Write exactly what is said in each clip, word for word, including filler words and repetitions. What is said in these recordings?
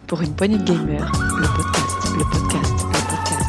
Pour une poignée de gamers, le podcast, le podcast, le podcast,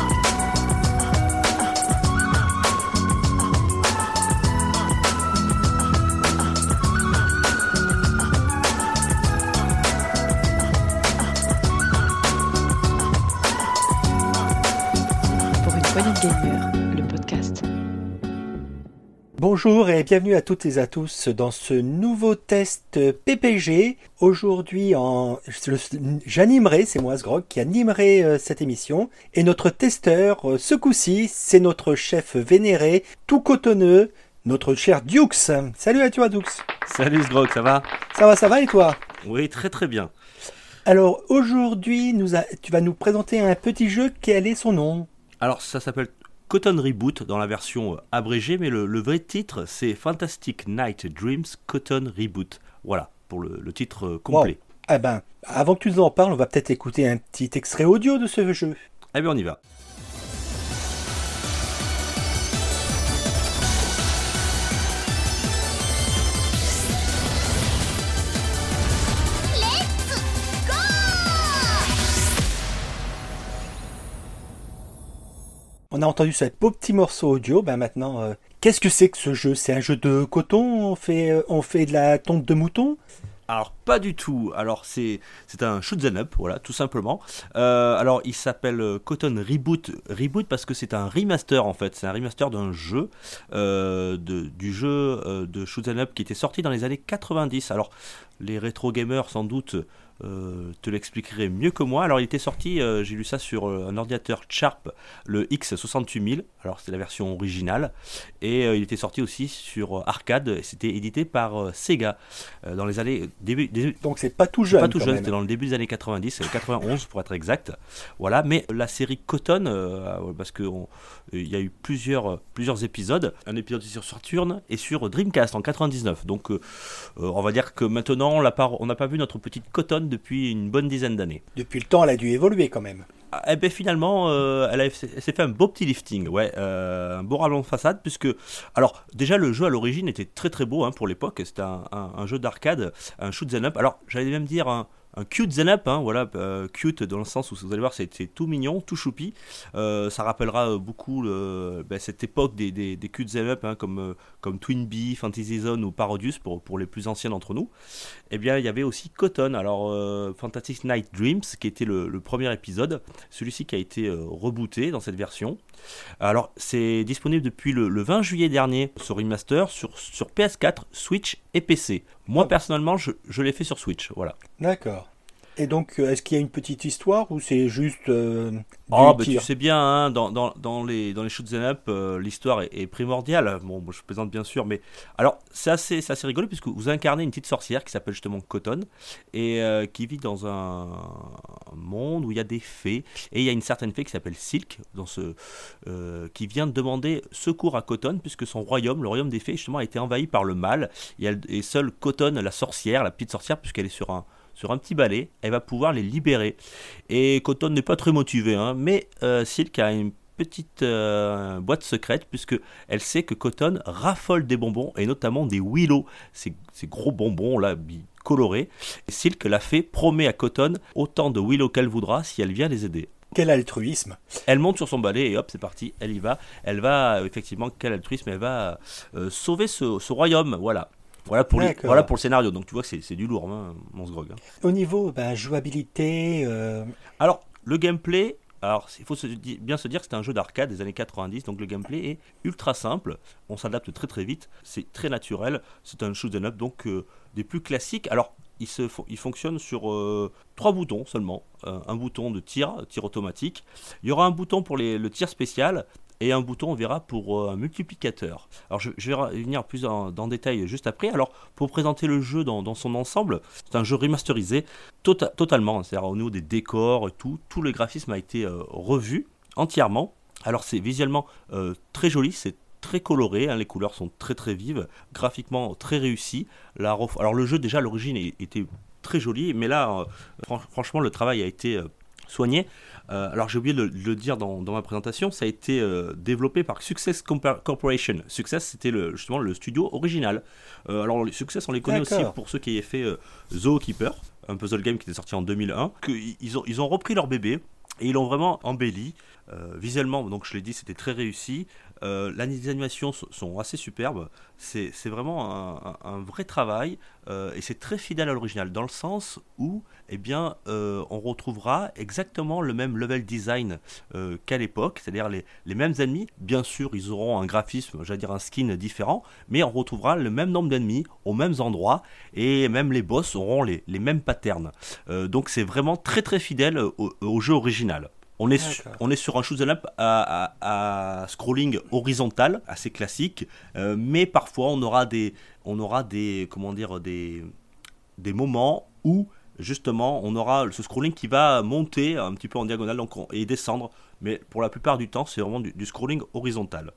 le podcast. Pour une poignée de gamers, le podcast. Bonjour et bienvenue à toutes et à tous dans ce nouveau test P P G. Aujourd'hui, en... j'animerai, c'est moi Sgrog qui animerai euh, cette émission. Et notre testeur, euh, ce coup-ci, c'est notre chef vénéré, tout cotonneux, notre cher Dukes. Salut à toi Dukes. Salut Sgrog, ça va ? Ça va, ça va et toi ? Oui, très très bien. Alors aujourd'hui, nous a... tu vas nous présenter un petit jeu, quel est son nom ? Alors ça s'appelle Cotton Reboot dans la version abrégée, mais le, le vrai titre c'est Fantastic Night Dreams Cotton Reboot. Voilà, pour le, le titre complet. Wow. Eh ben, avant que tu nous en parles, on va peut-être écouter un petit extrait audio de ce jeu. Eh bien on y va. On a entendu ce beau petit morceau audio, ben maintenant, euh, qu'est-ce que c'est que ce jeu ? C'est un jeu de coton ? On fait, euh, on fait de la tonte de mouton ? Alors pas du tout, alors c'est, c'est un shoot'em up, voilà, tout simplement. Euh, alors il s'appelle Cotton Reboot, Reboot parce que c'est un remaster en fait, c'est un remaster d'un jeu, euh, de, du jeu euh, de shoot'em up qui était sorti dans les années quatre-vingt-dix. Alors les rétro gamers sans doute Euh, te l'expliquerai mieux que moi. Alors il était sorti, euh, j'ai lu ça sur euh, un ordinateur Sharp, le X soixante-huit mille, alors c'était la version originale, et euh, il était sorti aussi sur euh, arcade, et c'était édité par euh, Sega, euh, dans les années, début, début donc c'est pas tout jeune. Pas tout jeune, même. C'était dans le début des années quatre-vingt-dix, quatre-vingt-onze pour être exact. Voilà, mais la série Cotton, euh, parce qu'il y a eu plusieurs, plusieurs épisodes, un épisode sur Saturn et sur Dreamcast en quatre-vingt-dix-neuf, donc euh, on va dire que maintenant on n'a pas, on n'a pas vu notre petite Cotton depuis une bonne dizaine d'années. Depuis le temps, elle a dû évoluer quand même. Ah, eh ben finalement, euh, elle, a, elle s'est fait un beau petit lifting, ouais, euh, un beau rallonge de façade, puisque, alors déjà le jeu à l'origine était très très beau hein, pour l'époque, c'était un, un, un jeu d'arcade, un shoot'em up, alors j'allais même dire un, un cute up, hein, voilà, euh, cute dans le sens où vous allez voir c'est, c'est tout mignon, tout choupi, euh, ça rappellera beaucoup le, ben, cette époque des, des, des cute up hein, comme, euh, comme Twinbee, Fantasy Zone ou Parodius pour, pour les plus anciens d'entre nous. Eh bien il y avait aussi Cotton, alors euh, Fantastic Night Dreams qui était le, le premier épisode, celui-ci qui a été euh, rebooté dans cette version. Alors c'est disponible depuis le, le vingt juillet dernier sur remaster sur, sur P S quatre, Switch et P C. Moi personnellement je, je l'ai fait sur Switch, voilà. D'accord. Et donc, est-ce qu'il y a une petite histoire ou c'est juste euh, du Oh, bah, tir ? tu sais bien, hein, dans, dans, dans les, dans les shoot'em up, euh, l'histoire est, est primordiale. Bon, je plaisante bien sûr, mais alors c'est assez, c'est assez rigolo puisque vous incarnez une petite sorcière qui s'appelle justement Cotton et euh, qui vit dans un monde où il y a des fées et il y a une certaine fée qui s'appelle Silk, dans ce, euh, qui vient de demander secours à Cotton puisque son royaume, le royaume des fées, justement, a été envahi par le mal et, elle, et seule Cotton, la sorcière, la petite sorcière, puisqu'elle est sur un sur un petit balai, elle va pouvoir les libérer. Et Cotton n'est pas très motivée, hein, mais euh, Silk a une petite euh, boîte secrète, puisqu'elle sait que Cotton raffole des bonbons, et notamment des Willow, ces, ces gros bonbons là, colorés. Et Silk, la fée, promet à Cotton autant de Willow qu'elle voudra si elle vient les aider. Quel altruisme ! Elle monte sur son balai et hop, c'est parti, elle y va. Elle va, effectivement, quel altruisme, elle va euh, sauver ce, ce royaume, voilà. Voilà pour, les, voilà pour le scénario, donc tu vois que c'est, c'est du lourd, hein, mon Sgrog. Hein. Au niveau ben, jouabilité... Euh... Alors, le gameplay, alors il faut se, bien se dire que c'est un jeu d'arcade des années quatre-vingt-dix, donc le gameplay est ultra simple, on s'adapte très très vite, c'est très naturel, c'est un shoot'em up, donc euh, des plus classiques. Alors, il, se, il fonctionne sur euh, trois boutons seulement, euh, un bouton de tir, tir automatique, il y aura un bouton pour les, le tir spécial, et un bouton, on verra, pour euh, un multiplicateur. Alors je, je vais revenir plus en, dans le détail juste après. Alors pour présenter le jeu dans, dans son ensemble, c'est un jeu remasterisé tota, totalement, c'est-à-dire au niveau des décors et tout, tout le graphisme a été euh, revu entièrement. Alors c'est visuellement euh, très joli, c'est très coloré, hein, les couleurs sont très très vives, graphiquement très réussi. La ref... Alors le jeu déjà à l'origine était très joli, mais là euh, fran- franchement le travail a été... Euh, soigné. Euh, alors j'ai oublié de le, de le dire dans, dans ma présentation, ça a été euh, développé par Success Compa- Corporation. Success, c'était le, justement le studio original. Euh, alors les Success, on les connaît D'accord. aussi pour ceux qui avaient fait euh, Zookeeper, un puzzle game qui était sorti en deux mille un. Que, ils, ont, ils ont repris leur bébé et ils l'ont vraiment embelli. Euh, visuellement, donc je l'ai dit, c'était très réussi. Euh, les animations sont, sont assez superbes. C'est, c'est vraiment un, un, un vrai travail euh, et c'est très fidèle à l'original dans le sens où, eh bien, euh, on retrouvera exactement le même level design euh, qu'à l'époque, c'est-à-dire les, les mêmes ennemis. Bien sûr, ils auront un graphisme, j'allais dire un skin différent, mais on retrouvera le même nombre d'ennemis aux mêmes endroits et même les boss auront les, les mêmes patterns. Euh, donc c'est vraiment très très fidèle au, au jeu original. On est, su, on est sur un shoot'em up à, à, à scrolling horizontal, assez classique, euh, mais parfois on aura des, on aura des, comment dire, des, des moments où justement on aura ce scrolling qui va monter un petit peu en diagonale donc on, et descendre, mais pour la plupart du temps c'est vraiment du, du scrolling horizontal.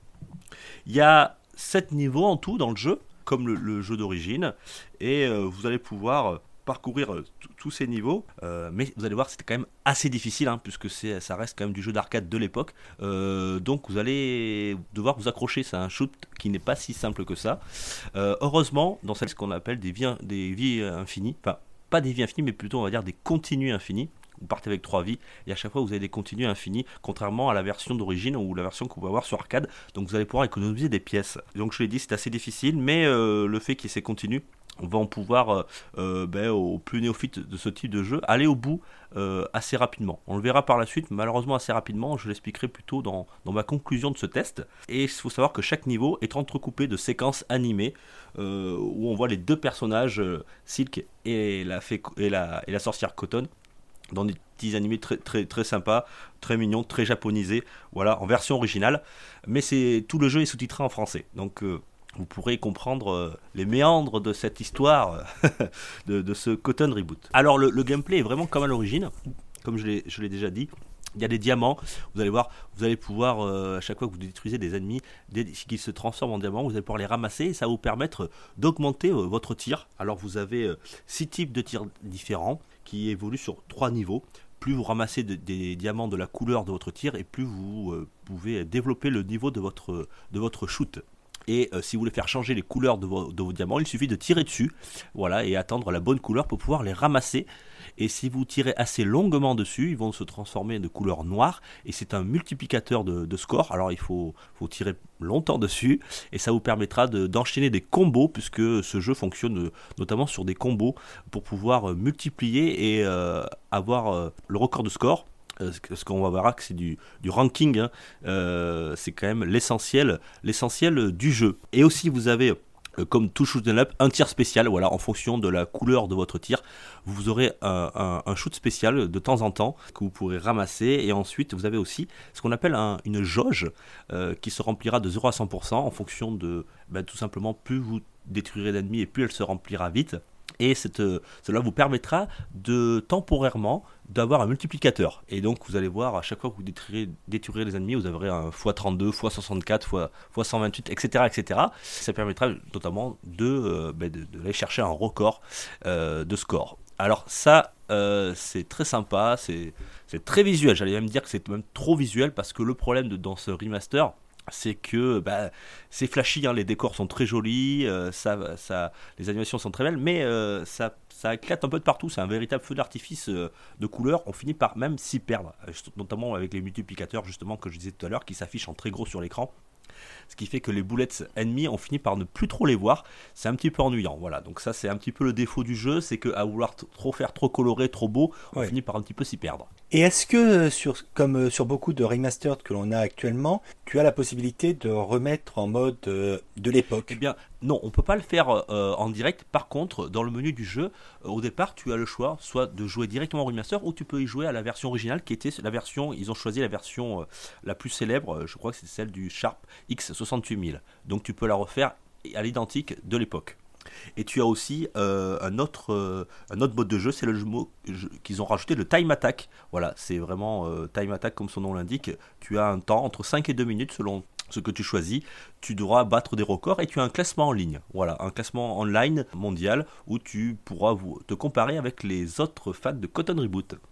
Il y a sept niveaux en tout dans le jeu, comme le, le jeu d'origine, et euh, vous allez pouvoir parcourir euh, tous ces niveaux, euh, mais vous allez voir c'était quand même assez difficile hein, puisque c'est, ça reste quand même du jeu d'arcade de l'époque, euh, donc vous allez devoir vous accrocher, c'est un shoot qui n'est pas si simple que ça. Euh, heureusement dans celle ce qu'on appelle des vies, des vies infinies, enfin pas des vies infinies mais plutôt on va dire des continues infinies. Vous partez avec trois vies et à chaque fois vous avez des continues infinis, contrairement à la version d'origine ou la version que vous pouvez avoir sur arcade, donc vous allez pouvoir économiser des pièces. Donc je l'ai dit c'est assez difficile, mais euh, le fait qu'il y ait ces continues, on va en pouvoir, euh, euh, ben, aux plus néophytes de ce type de jeu, aller au bout euh, assez rapidement. On le verra par la suite, malheureusement assez rapidement, je l'expliquerai plutôt dans, dans ma conclusion de ce test. Et il faut savoir que chaque niveau est entrecoupé de séquences animées euh, où on voit les deux personnages, euh, Silk et la, fée, et, la, et la sorcière Cotton, dans des petits animés très, très, très sympas, très mignons, très japonisés, voilà, en version originale. Mais c'est, tout le jeu est sous-titré en français, donc euh, vous pourrez comprendre euh, les méandres de cette histoire de, de ce Cotton Reboot. Alors le, le gameplay est vraiment comme à l'origine, comme je l'ai, je l'ai déjà dit. Il y a des diamants, vous allez voir, vous allez pouvoir, euh, à chaque fois que vous détruisez des ennemis des, qui se transforment en diamants, vous allez pouvoir les ramasser et ça va vous permettre d'augmenter euh, votre tir. Alors vous avez euh, six types de tirs différents qui évoluent sur trois niveaux. Plus vous ramassez de, des diamants de la couleur de votre tir et plus vous euh, pouvez développer le niveau de votre, de votre shoot. Et euh, si vous voulez faire changer les couleurs de vos, de vos diamants, il suffit de tirer dessus, voilà, et attendre la bonne couleur pour pouvoir les ramasser. Et si vous tirez assez longuement dessus, ils vont se transformer de couleur noire. Et c'est un multiplicateur de, de score. Alors il faut, faut tirer longtemps dessus. Et ça vous permettra de, d'enchaîner des combos, puisque ce jeu fonctionne notamment sur des combos pour pouvoir multiplier et euh, avoir euh, le record de score. Ce qu'on va voir que c'est du, du ranking, hein. euh, c'est quand même l'essentiel, l'essentiel du jeu. Et aussi vous avez, euh, comme tout shoot 'em up, un tir spécial, voilà, en fonction de la couleur de votre tir, vous aurez un, un, un shoot spécial de temps en temps que vous pourrez ramasser. Et ensuite vous avez aussi ce qu'on appelle un, une jauge euh, qui se remplira de zéro à cent pour cent en fonction de, ben, tout simplement, plus vous détruirez d'ennemis et plus elle se remplira vite. Et cette, cela vous permettra de temporairement d'avoir un multiplicateur. Et donc vous allez voir, à chaque fois que vous détruirez, détruirez les ennemis, vous aurez un fois trente-deux, fois soixante-quatre, fois, fois cent vingt-huit, et cetera, et cetera. Ça permettra notamment de, euh, ben de, de aller chercher un record euh, de score. Alors ça, euh, c'est très sympa, c'est, c'est très visuel. J'allais même dire que c'est même trop visuel, parce que le problème de, dans ce remaster, c'est que bah, c'est flashy, hein, les décors sont très jolis, euh, ça, ça, les animations sont très belles, mais euh, ça, ça éclate un peu de partout, c'est un véritable feu d'artifice euh, de couleurs, on finit par même s'y perdre, notamment avec les multiplicateurs justement que je disais tout à l'heure, qui s'affichent en très gros sur l'écran. Ce qui fait que les boulettes ennemies, on finit par ne plus trop les voir. C'est un petit peu ennuyant. Voilà. Donc ça, c'est un petit peu le défaut du jeu, c'est qu'à vouloir t- trop faire trop coloré, trop beau, on Ouais. finit par un petit peu s'y perdre. Et est-ce que, sur, comme sur beaucoup de remastered que l'on a actuellement, tu as la possibilité de remettre en mode euh, de l'époque ? Eh bien, non, on peut pas le faire euh, en direct. Par contre, dans le menu du jeu, euh, au départ, tu as le choix soit de jouer directement au remaster ou tu peux y jouer à la version originale qui était la version, ils ont choisi la version euh, la plus célèbre, euh, je crois que c'est celle du Sharp X soixante-huit mille. Donc tu peux la refaire à l'identique de l'époque. Et tu as aussi euh, un, autre, euh, un autre mode de jeu, c'est le mot qu'ils ont rajouté, le Time Attack. Voilà, c'est vraiment euh, Time Attack comme son nom l'indique. Tu as un temps entre cinq et deux minutes selon ce que tu choisis. Tu devras battre des records et tu as un classement en ligne. Voilà, un classement online mondial où tu pourras vous, te comparer avec les autres fans de Cotton Reboot.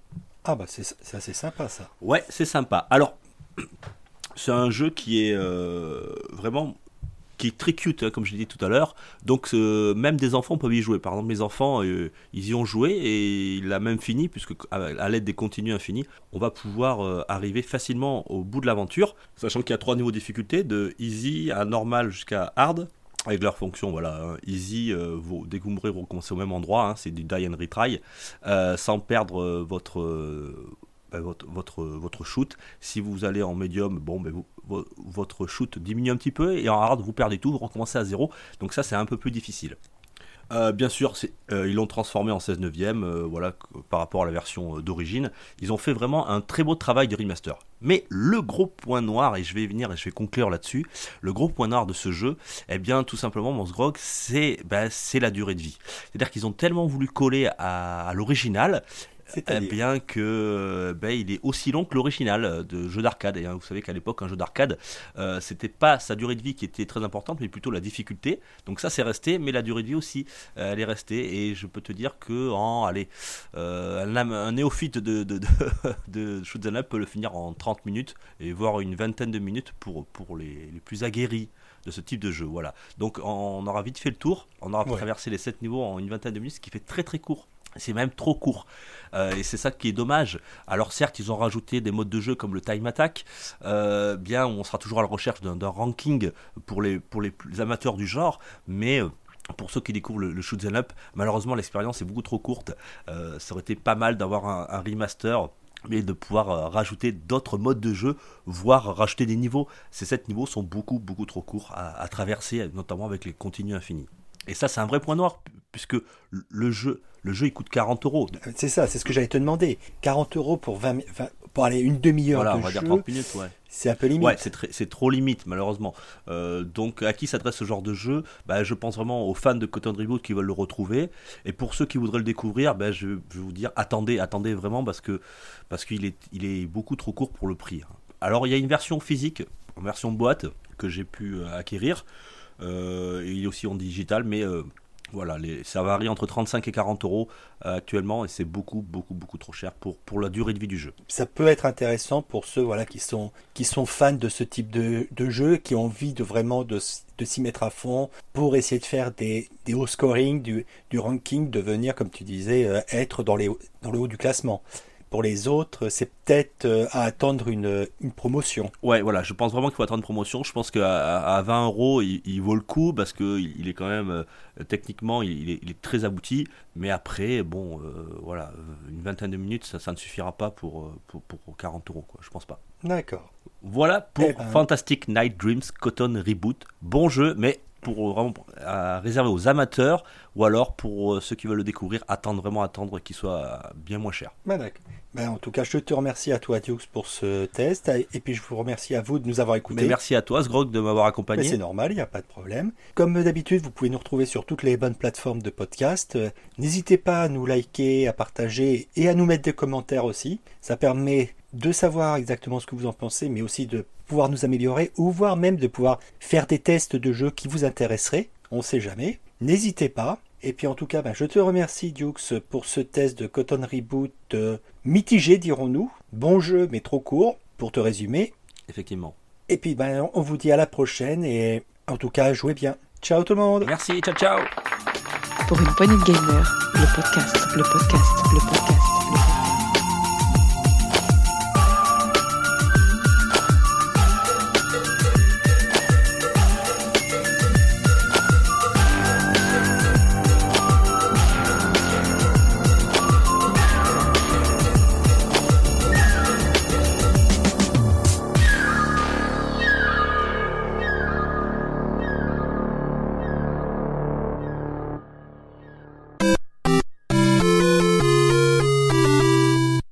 Ah bah c'est, c'est assez sympa ça. Ouais, c'est sympa. Alors, c'est un jeu qui est euh, vraiment... qui est très cute, hein, comme je l'ai dit tout à l'heure. Donc euh, même des enfants peuvent y jouer. Par exemple, mes enfants, euh, ils y ont joué et il a même fini, puisque à, à l'aide des continues infinis, on va pouvoir euh, arriver facilement au bout de l'aventure, sachant qu'il y a trois niveaux de difficulté, de easy à normal jusqu'à hard, avec leurs fonctions. Voilà, hein. Easy, euh, vous, dès que vous mourrez, vous recommencez au même endroit, hein, c'est du die and retry, euh, sans perdre euh, votre... Euh, ben, votre, votre, votre shoot. Si vous allez en médium, bon, ben, vous, votre shoot diminue un petit peu, et en hard, vous perdez tout, vous recommencez à zéro. Donc ça, c'est un peu plus difficile. Euh, bien sûr, c'est, euh, ils l'ont transformé en seize neuvième, euh, voilà, par rapport à la version euh, d'origine. Ils ont fait vraiment un très beau travail de remaster. Mais le gros point noir, et je vais y venir et je vais conclure là-dessus, le gros point noir de ce jeu, eh bien, tout simplement, Monsgrog, c'est, ben, c'est la durée de vie. C'est-à-dire qu'ils ont tellement voulu coller à, à l'original, eh bien que ben, il est aussi long que l'original de jeu d'arcade. Et hein, vous savez qu'à l'époque, un jeu d'arcade, euh, c'était pas sa durée de vie qui était très importante, mais plutôt la difficulté. Donc ça, c'est resté, mais la durée de vie aussi, euh, elle est restée. Et je peux te dire que en, allez, euh, un, un néophyte de, de, de, de Shoot'em Up peut le finir en trente minutes, et voire une vingtaine de minutes pour, pour les, les plus aguerris de ce type de jeu. Voilà. Donc on aura vite fait le tour, on aura ouais. traversé les sept niveaux en une vingtaine de minutes, ce qui fait très très court. C'est même trop court, euh, et c'est ça qui est dommage. Alors certes, ils ont rajouté des modes de jeu comme le time attack, euh, bien on sera toujours à la recherche d'un, d'un ranking pour les, pour les, les amateurs du genre, mais euh, pour ceux qui découvrent le, le Shoot'em Up, malheureusement l'expérience est beaucoup trop courte. Euh, ça aurait été pas mal d'avoir un, un remaster, mais de pouvoir euh, rajouter d'autres modes de jeu, voire rajouter des niveaux. Ces sept niveaux sont beaucoup beaucoup trop courts à, à traverser, notamment avec les continues infinis. Et ça, c'est un vrai point noir, puisque le jeu, le jeu il coûte quarante euros. C'est ça, c'est ce que j'allais te demander. quarante euros pour, vingt, vingt, pour aller une demi-heure voilà, de on va jeu, dire trente minutes, ouais. C'est un peu limite. Ouais, c'est, très, c'est trop limite, malheureusement. Euh, donc, à qui s'adresse ce genre de jeu ? Bah, je pense vraiment aux fans de Cotton Reboot qui veulent le retrouver. Et pour ceux qui voudraient le découvrir, bah, je, je vais vous dire, attendez, attendez vraiment, parce, que, parce qu'il est, il est beaucoup trop court pour le prix. Alors, il y a une version physique, une version boîte, que j'ai pu acquérir. Euh, il est aussi en digital, mais euh, voilà, les, ça varie entre trente-cinq et quarante euros euh, actuellement, et c'est beaucoup, beaucoup, beaucoup trop cher pour, pour la durée de vie du jeu. Ça peut être intéressant pour ceux voilà, qui, sont, qui sont fans de ce type de, de jeu, qui ont envie de vraiment de, de s'y mettre à fond pour essayer de faire des, des hauts scoring, du, du ranking, de venir, comme tu disais, euh, être dans, les, dans le haut du classement. Pour les autres, c'est peut-être euh, à attendre une, une promotion. Ouais, voilà, je pense vraiment qu'il faut attendre une promotion. Je pense qu'à à vingt euros, il, il vaut le coup parce qu'il il est quand même, euh, techniquement, il est, il est très abouti. Mais après, bon, euh, voilà, une vingtaine de minutes, ça, ça ne suffira pas pour, pour, pour quarante euros, quoi, je pense pas. D'accord. Voilà pour eh ben... Fantastic Night Dreams Cotton Reboot. Bon jeu, mais pour vraiment à réserver aux amateurs, ou alors pour ceux qui veulent le découvrir, attendre vraiment attendre qu'il soit bien moins cher. Ben d'accord. Ben en tout cas, je te remercie à toi, Dukes, pour ce test, et puis je vous remercie à vous de nous avoir écoutés. Mais merci à toi, Sgrog, de m'avoir accompagné. Mais c'est normal, il n'y a pas de problème. Comme d'habitude, vous pouvez nous retrouver sur toutes les bonnes plateformes de podcast. Euh, n'hésitez pas à nous liker, à partager et à nous mettre des commentaires aussi. Ça permet de savoir exactement ce que vous en pensez, mais aussi de pouvoir nous améliorer, ou voire même de pouvoir faire des tests de jeux qui vous intéresseraient. On ne sait jamais. N'hésitez pas. Et puis en tout cas, ben, je te remercie, Dukes, pour ce test de Cotton Reboot euh, mitigé, dirons-nous. Bon jeu, mais trop court, pour te résumer. Effectivement. Et puis ben, on vous dit à la prochaine, et en tout cas, jouez bien. Ciao tout le monde. Merci, ciao ciao. Pour une poignée de gamers, le podcast, le podcast, le podcast.